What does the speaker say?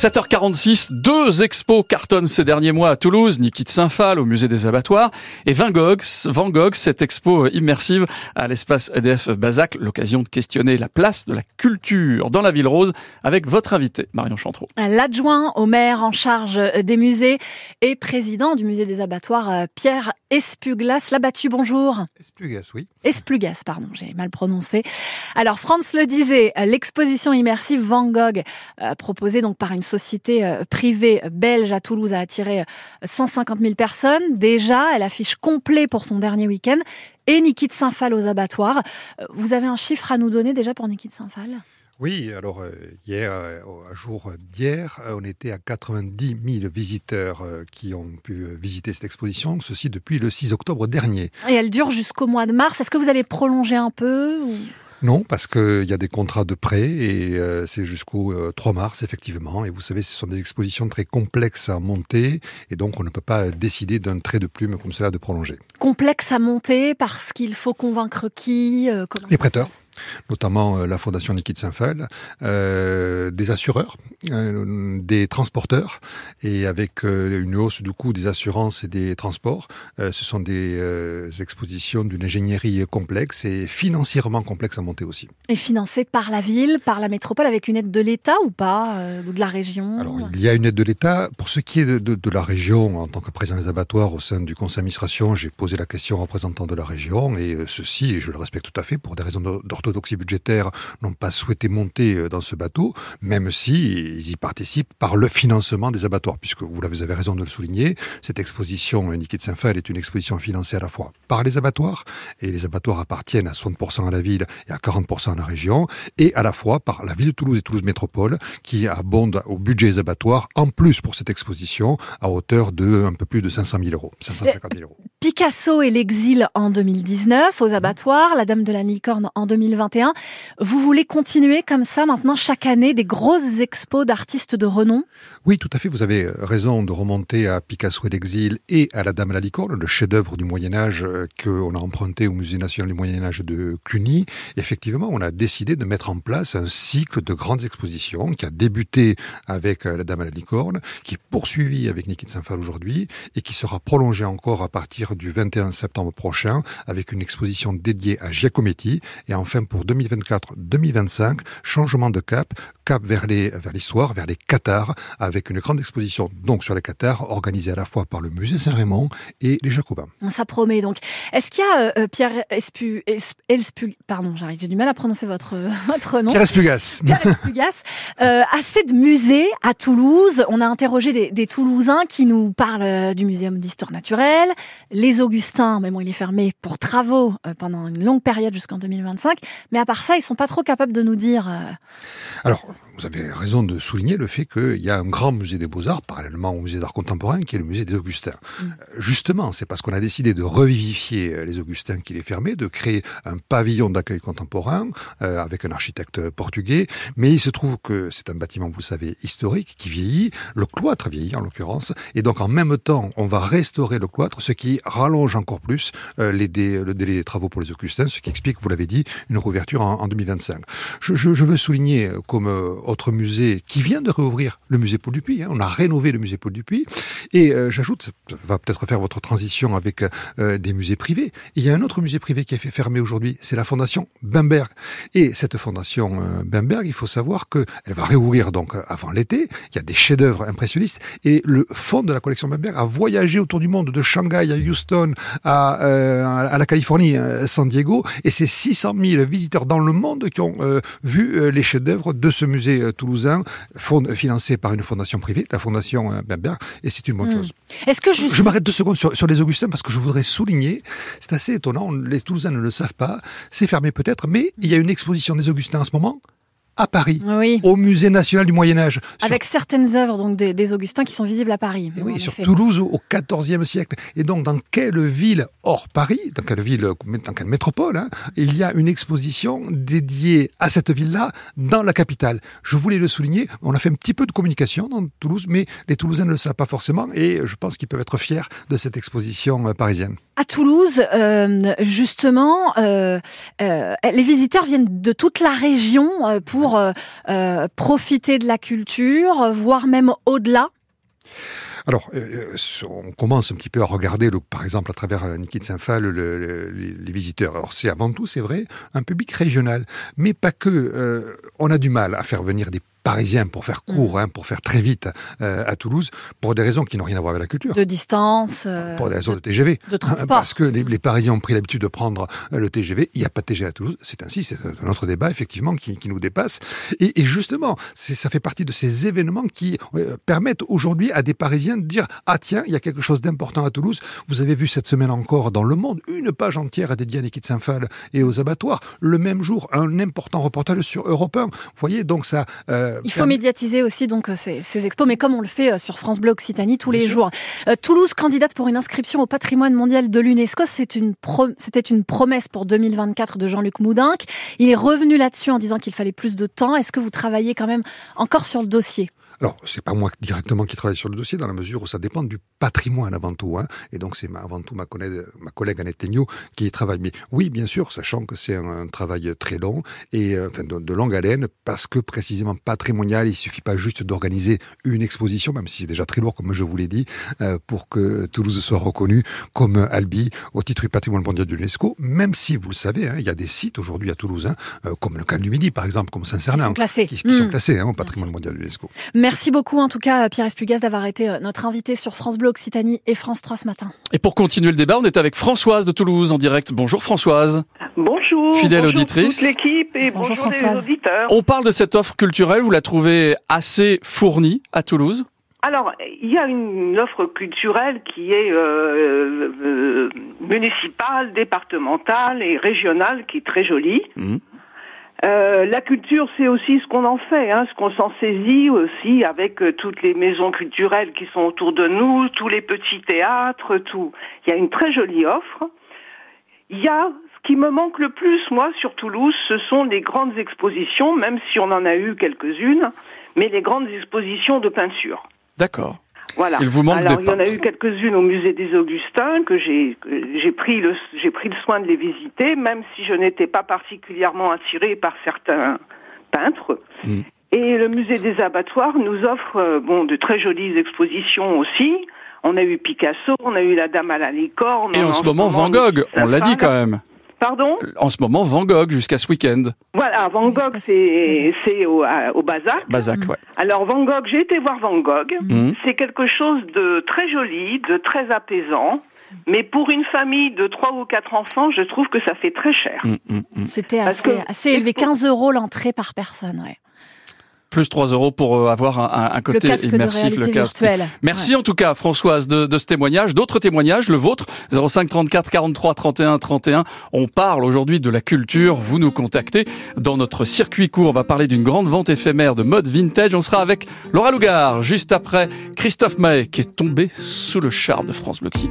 7h46, 2 expos cartonnent ces derniers mois à Toulouse, Niki de Saint-Phal au musée des abattoirs et Van Gogh, cette expo immersive à l'espace EDF Bazac, l'occasion de questionner la place de la culture dans la ville rose avec votre invité, Marion Chantreau. L'adjoint au maire en charge des musées et président du musée des abattoirs, Pierre Espuglas. Labattu, bonjour. Esplugas, oui. Esplugas, pardon, j'ai mal prononcé. Alors, Franz le disait, l'exposition immersive Van Gogh, proposée donc par une société privée belge à Toulouse, a attiré 150 000 personnes. Déjà, elle affiche complet pour son dernier week-end. Et Niki de Saint-Phal aux abattoirs. Vous avez un chiffre à nous donner déjà pour Niki de Saint-Phal ? Oui, alors hier, à jour d'hier, on était à 90 000 visiteurs qui ont pu visiter cette exposition, ceci depuis le 6 octobre dernier. Et elle dure jusqu'au mois de mars. Est-ce que vous allez prolonger un peu ou... Non, parce qu'il y a des contrats de prêt et c'est jusqu'au 3 mars, effectivement. Et vous savez, ce sont des expositions très complexes à monter et donc on ne peut pas décider d'un trait de plume comme cela de prolonger. Complexe à monter parce qu'il faut convaincre qui Les prêteurs, notamment la Fondation Niki de Saint-Phal, des assureurs, des transporteurs et avec une hausse du coût des assurances et des transports. Ce sont des expositions d'une ingénierie complexe et financièrement complexe à monter aussi. Et financé par la ville, par la métropole, avec une aide de l'État ou pas, ou de la région ? Alors, il y a une aide de l'État. Pour ce qui est de la région, en tant que président des abattoirs au sein du conseil d'administration, j'ai posé la question aux représentants de la région et ceux-ci, et je le respecte tout à fait, pour des raisons d'orthodoxie budgétaire, n'ont pas souhaité monter dans ce bateau, même si ils y participent par le financement des abattoirs, puisque vous avez raison de le souligner, cette exposition Niki de Saint-Phal est une exposition financée à la fois par les abattoirs, et les abattoirs appartiennent à 60% à la ville et à 40% à la région, et à la fois par la ville de Toulouse et Toulouse Métropole, qui abondent au budget des abattoirs, en plus pour cette exposition, à hauteur de un peu plus de 500 000 euros, 550 000 euros. Picasso et l'exil en 2019 aux abattoirs, la Dame de la Licorne en 2021. Vous voulez continuer comme ça maintenant chaque année des grosses expos d'artistes de renom ? Oui, tout à fait. Vous avez raison de remonter à Picasso et l'exil et à la Dame de la Licorne, le chef-d'œuvre du Moyen-Âge qu'on a emprunté au Musée national du Moyen-Âge de Cluny. Effectivement, on a décidé de mettre en place un cycle de grandes expositions qui a débuté avec la Dame à la Licorne, qui est poursuivi avec Niki de Saint-Phal aujourd'hui et qui sera prolongé encore à partir du 21 septembre prochain avec une exposition dédiée à Giacometti. Et enfin, pour 2024-2025, changement de cap vers l'histoire, vers les Cathares, avec une grande exposition donc sur les Cathares, organisée à la fois par le musée Saint-Raymond et les Jacobins. Ça promet donc. Est-ce qu'il y a Pierre pardon, j'ai du mal à prononcer votre nom. Pierre Esplugas. Pierre Esplugas. Assez de musées à Toulouse. On a interrogé des Toulousains qui nous parlent du Muséum d'Histoire Naturelle, les Augustins, mais bon, il est fermé pour travaux pendant une longue période jusqu'en 2025. Mais à part ça, ils sont pas trop capables de nous dire... Alors, vous avez raison de souligner le fait qu'il y a un grand musée des Beaux-Arts, parallèlement au musée d'art contemporain, qui est le musée des Augustins. Justement, c'est parce qu'on a décidé de revivifier les Augustins qu'il est fermé, de créer un pavillon d'accueil contemporain avec un architecte portugais. Mais il se trouve que c'est un bâtiment, vous le savez, historique, qui vieillit. Le cloître vieillit, en l'occurrence. Et donc, en même temps, on va restaurer le cloître, ce qui rallonge encore plus le délai des travaux pour les Augustins, ce qui explique, vous l'avez dit, une réouverture en 2025. Je veux souligner comme autre musée qui vient de réouvrir le musée Paul Dupuy. On a rénové le musée Paul Dupuy. Et j'ajoute, ça va peut-être faire votre transition avec des musées privés. Il y a un autre musée privé qui est fait fermer aujourd'hui, c'est la Fondation Bemberg. Et cette Fondation Bemberg, il faut savoir qu'elle va réouvrir donc avant l'été. Il y a des chefs-d'œuvre impressionnistes. Et le fond de la collection Bemberg a voyagé autour du monde, de Shanghai à Houston, à la Californie, San Diego. Et c'est 600 000 visiteurs dans le monde qui ont vu les chefs-d'œuvre de ce musée toulousain, financé par une fondation privée, la Fondation Bemberg, et c'est une bonne chose. Est-ce que je m'arrête 2 secondes sur les Augustins parce que je voudrais souligner, c'est assez étonnant, les Toulousains ne le savent pas, c'est fermé peut-être, mais il y a une exposition des Augustins en ce moment à Paris, au Musée national du Moyen-Âge. Avec certaines œuvres donc des Augustins qui sont visibles à Paris. Et oui, sur Toulouse au XIVe siècle. Et donc, dans quelle ville hors Paris, dans quelle métropole, il y a une exposition dédiée à cette ville-là dans la capitale. Je voulais le souligner, on a fait un petit peu de communication dans Toulouse, mais les Toulousains ne le savent pas forcément et je pense qu'ils peuvent être fiers de cette exposition parisienne. À Toulouse, justement, les visiteurs viennent de toute la région pour pour profiter de la culture, voire même au-delà? Alors, on commence un petit peu à regarder, par exemple, à travers Niki de Saint-Phal, les visiteurs. Alors, c'est avant tout, c'est vrai, un public régional, mais pas que. On a du mal à faire venir des Parisiens pour faire court, pour faire très vite à Toulouse, pour des raisons qui n'ont rien à voir avec la culture. De distance. Pour des raisons de TGV. De transport. Parce que les Parisiens ont pris l'habitude de prendre le TGV. Il n'y a pas de TGV à Toulouse. C'est ainsi, c'est un autre débat, effectivement, qui nous dépasse. Et justement, ça fait partie de ces événements qui permettent aujourd'hui à des Parisiens de dire « Ah tiens, il y a quelque chose d'important à Toulouse. » Vous avez vu cette semaine encore dans Le Monde, une page entière dédiée à Niki de Saint-Phal et aux abattoirs. Le même jour, un important reportage sur Europe 1. Vous voyez, donc ça... Il faut médiatiser aussi donc ces expos, mais comme on le fait sur France Bleu Occitanie tous les jours. Toulouse candidate pour une inscription au patrimoine mondial de l'UNESCO. C'était une promesse pour 2024 de Jean-Luc Moudenc. Il est revenu là-dessus en disant qu'il fallait plus de temps. Est-ce que vous travaillez quand même encore sur le dossier ? Alors, c'est pas moi directement qui travaille sur le dossier, dans la mesure où ça dépend du patrimoine avant tout. Et donc, c'est avant tout ma collègue Annette Tegnault qui y travaille. Mais oui, bien sûr, sachant que c'est un travail très long et de longue haleine, parce que précisément patrimonial, il suffit pas juste d'organiser une exposition, même si c'est déjà très lourd, comme je vous l'ai dit, pour que Toulouse soit reconnue comme Albi au titre du patrimoine mondial de l'UNESCO, même si, vous le savez, il y a des sites aujourd'hui à Toulouse, comme le Canal du Midi, par exemple, comme Saint-Sernin, qui sont classés au patrimoine mondial de l'UNESCO. Merci beaucoup en tout cas Pierre Esplugas d'avoir été notre invité sur France Bleu Occitanie et France 3 ce matin. Et pour continuer le débat, on est avec Françoise de Toulouse en direct. Bonjour Françoise. Bonjour. Fidèle bonjour auditrice. Toute l'équipe et bonjour les auditeurs. On parle de cette offre culturelle, vous la trouvez assez fournie à Toulouse ? Alors, il y a une offre culturelle qui est municipale, départementale et régionale qui est très jolie. La culture, c'est aussi ce qu'on en fait, ce qu'on s'en saisit aussi avec toutes les maisons culturelles qui sont autour de nous, tous les petits théâtres, tout. Il y a une très jolie offre. Il y a ce qui me manque le plus, moi, sur Toulouse, ce sont les grandes expositions, même si on en a eu quelques-unes, mais les grandes expositions de peinture. D'accord. Voilà. Il vous manque Alors, des il y en a peintres. eu quelques-unes au musée des Augustins que j'ai pris le soin de les visiter, même si je n'étais pas particulièrement attirée par certains peintres. Et le musée des abattoirs nous offre de très jolies expositions aussi. On a eu Picasso, on a eu la Dame à la licorne. Et en ce moment Van Gogh, on l'a dit quand même. Pardon ? En ce moment Van Gogh jusqu'à ce week-end. Voilà, Van Gogh, c'est au Bazac. Bazac, ouais. Alors Van Gogh, j'ai été voir Van Gogh. C'est quelque chose de très joli, de très apaisant. Mais pour une famille de 3 ou 4 enfants, je trouve que ça fait très cher. C'était assez élevé, 15 € l'entrée par personne, ouais. Plus 3 € pour avoir un côté immersif, le casque virtuel. Merci en tout cas Françoise de ce témoignage. D'autres témoignages, le vôtre, 05 34 43 31 31. On parle aujourd'hui de la culture, vous nous contactez. Dans notre circuit court, on va parler d'une grande vente éphémère de mode vintage. On sera avec Laura Lougard, juste après Christophe Maé, qui est tombé sous le charme de France Bleu Occitanie.